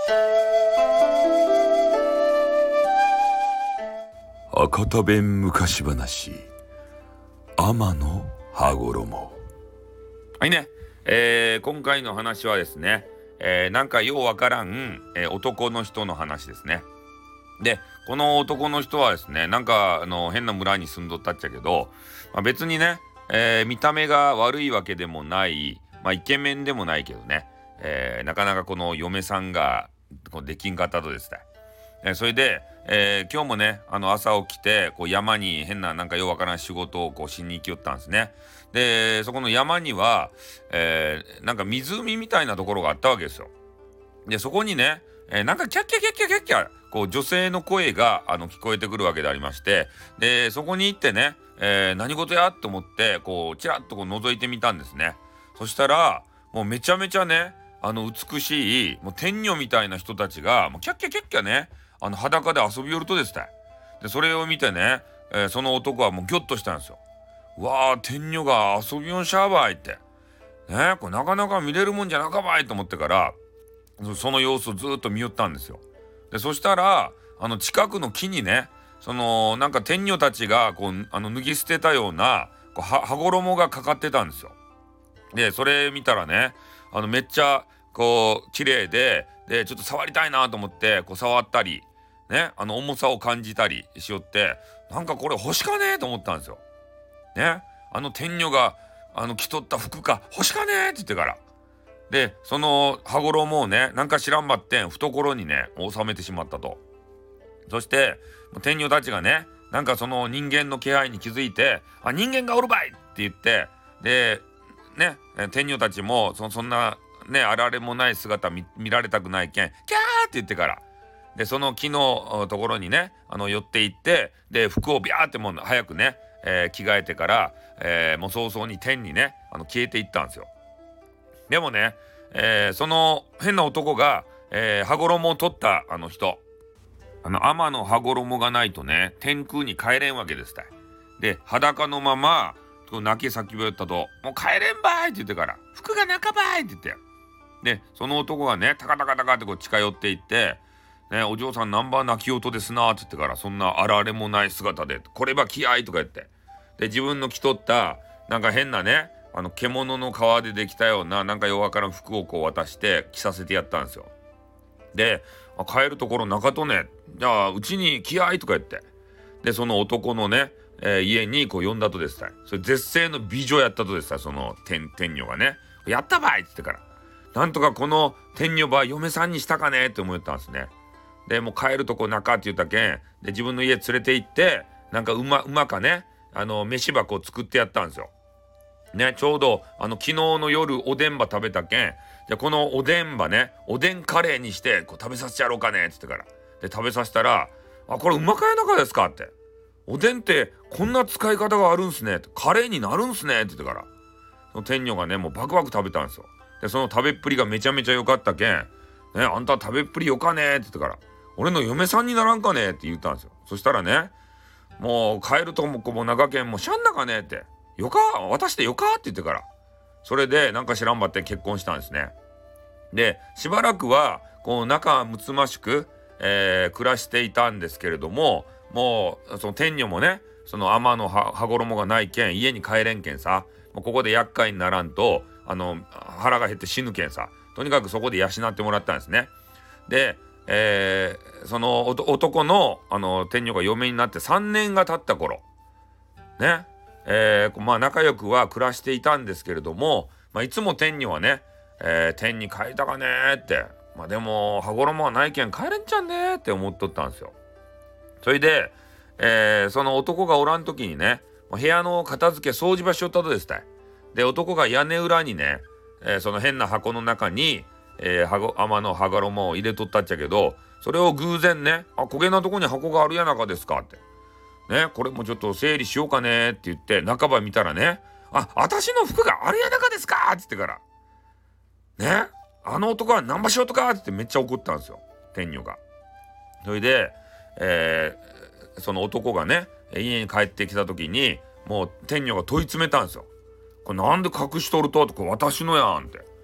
博多弁昔話、天の羽衣。 はいね、今回の話はですね、なんかようわからん、男の人の話ですね。で、この男の人はですね、なんか変な村に住んどったっちゃけど、別にね、見た目が悪いわけでもない、イケメンでもないけどね、なかなかこの嫁さんができんかったとですね。それで、今日もね朝起きてこう山に変ななんかようわからん仕事をこうしに行きよったんですね。でそこの山には、なんか湖みたいなところがあったわけですよ。でそこにね、なんかキャッキャキャッキャキャッキャこう女性の声が聞こえてくるわけでありまして、でそこに行ってね、何事やと思ってこうチラッとこう覗いてみたんですね。そしたらもうめちゃめちゃね美しいもう天女みたいな人たちがもうキャッキャキャッキャね裸で遊びよるとですね。でそれを見てね、その男はもうギョッとしたんですよ。わあ天女が遊びよんしゃーばいってね、これなかなか見れるもんじゃなかばいと思ってからその様子をずっと見よったんですよ。でそしたら近くの木にねなんか天女たちがこう脱ぎ捨てたようなこう羽衣がかかってたんですよ。でそれ見たらねめっちゃこう綺麗でちょっと触りたいなと思ってこう触ったりね重さを感じたりしよって、なんかこれ欲しかねえと思ったんですよ。ね天女が着とった服か欲しかねえって言ってから、でその羽衣をねなんか知らんばってん懐にね収めてしまったと。そして天女たちがねなんかその人間の気配に気づいて人間がおるばいって言って、でね天女たちもそんなねあられもない姿見られたくないけんキャーって言ってから、でその木のところにね寄っていって、で服をビャーってもう早くね、着替えてから、もう早々に天にね消えていったんですよ。でもね、その変な男が、羽衣を取った人天の羽衣がないとね天空に帰れんわけですたい。で裸のまま泣き叫びよったと、もう帰れんばいって言ってから、服が中ばいって言って、でその男がねタカタカタカってこう近寄っていって、ね、お嬢さんナンバー泣き音ですなって言ってから、そんなあられもない姿でこれば気合いとか言って、で自分の着とったなんか変なね獣の皮でできたようななんか弱からん服をこう渡して着させてやったんですよ。で帰るところ中とね、じゃあうちに気合いとか言って、でその男のね、家にこう呼んだとですたい。それ絶世の美女やったとですたい。その天女がねやったばいって言ってから、なんとかこの天女ば嫁さんにしたかねって思ったんですね。でもう帰るとこ中って言ったけんで自分の家連れて行って、なんか馬かね飯箱を作ってやったんですよ。ね、ちょうど昨日の夜おでんば食べたけん、じゃこのおでんばねおでんカレーにしてこう食べさせてやろうかねって言ってから、で食べさせたらこれうまかやなかですかって、おでんってこんな使い方があるんすね、カレーになるんすねって言ってから、その天女がねもうバクバク食べたんですよ。でその食べっぷりがめちゃめちゃ良かったけん、ね、あんた食べっぷりよかねって言ってから、俺の嫁さんにならんかねって言ったんですよ。そしたらね、もう帰るとこも長けんもうしゃんなかねってよか渡してよかって言ってから、それでなんか知らんばって結婚したんですね。でしばらくはこう仲睦ましく、暮らしていたんですけれども、もうその天女もねその天の羽衣がないけん家に帰れんけんさ、もうここで厄介にならんと腹が減って死ぬけんさ、とにかくそこで養ってもらったんですね。で、その男の天女が嫁になって3年が経った頃ね、仲良くは暮らしていたんですけれども、いつも天女はね、天に帰りたかねーって、でも羽衣はないけん帰れんちゃんねーって思っとったんですよ。それで、その男がおらん時にね部屋の片付け掃除場しよったとですたい。で男が屋根裏にね、その変な箱の中に、天の羽衣を入れとったっちゃけど、それを偶然ね焦げなとこに箱があるやなかですかってね、これもちょっと整理しようかねって言って半ば見たらね、私の服があるやなかですかって言ってからね、男は何場しようとかって言ってめっちゃ怒ったんですよ天女が。それで、その男がね家に帰ってきた時にもう天女が問い詰めたんですよ。これなんで隠しとるとって、これ私のやんって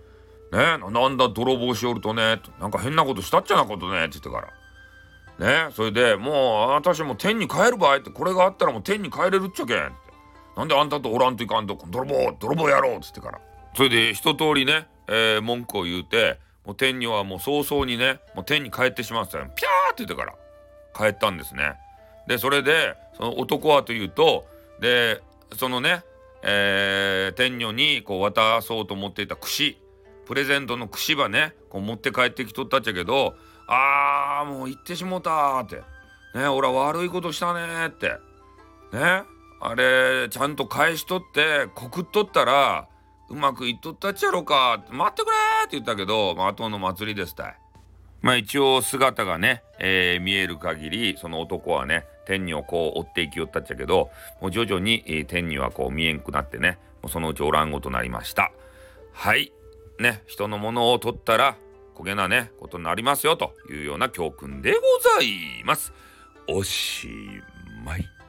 なんだ泥棒しよるとね、なんか変なことしたっちゃなことねって言ってからね、それでもう私もう天に帰る場合って、これがあったらもう天に帰れるっちゃけんって、なんであんたとおらんといかんと、泥棒やろうっつってから、それで一通りね、文句を言うて、もう天にはもう早々にね、もう天に帰ってしまったよ、ピャーって言ってから帰ったんですね。でそれでその男はというと、でそのね、天女にこう渡そうと思っていたプレゼントの串ばね、こう持って帰ってきとったっちゃけど、もう行ってしもたーってね、俺は悪いことしたねーってね、あれちゃんと返しとって告っとったらうまくいっとったっちゃろか、待ってくれーって言ったけど、後の祭りですたい。一応姿がね、見える限りその男はね、天女をこう追っていきよったっちゃけど、もう徐々に、天女はこう見えんくなってね、もうそのうちおらんごとなりました。はいね、人のものを取ったらこげなねことになりますよというような教訓でございます。おしまい。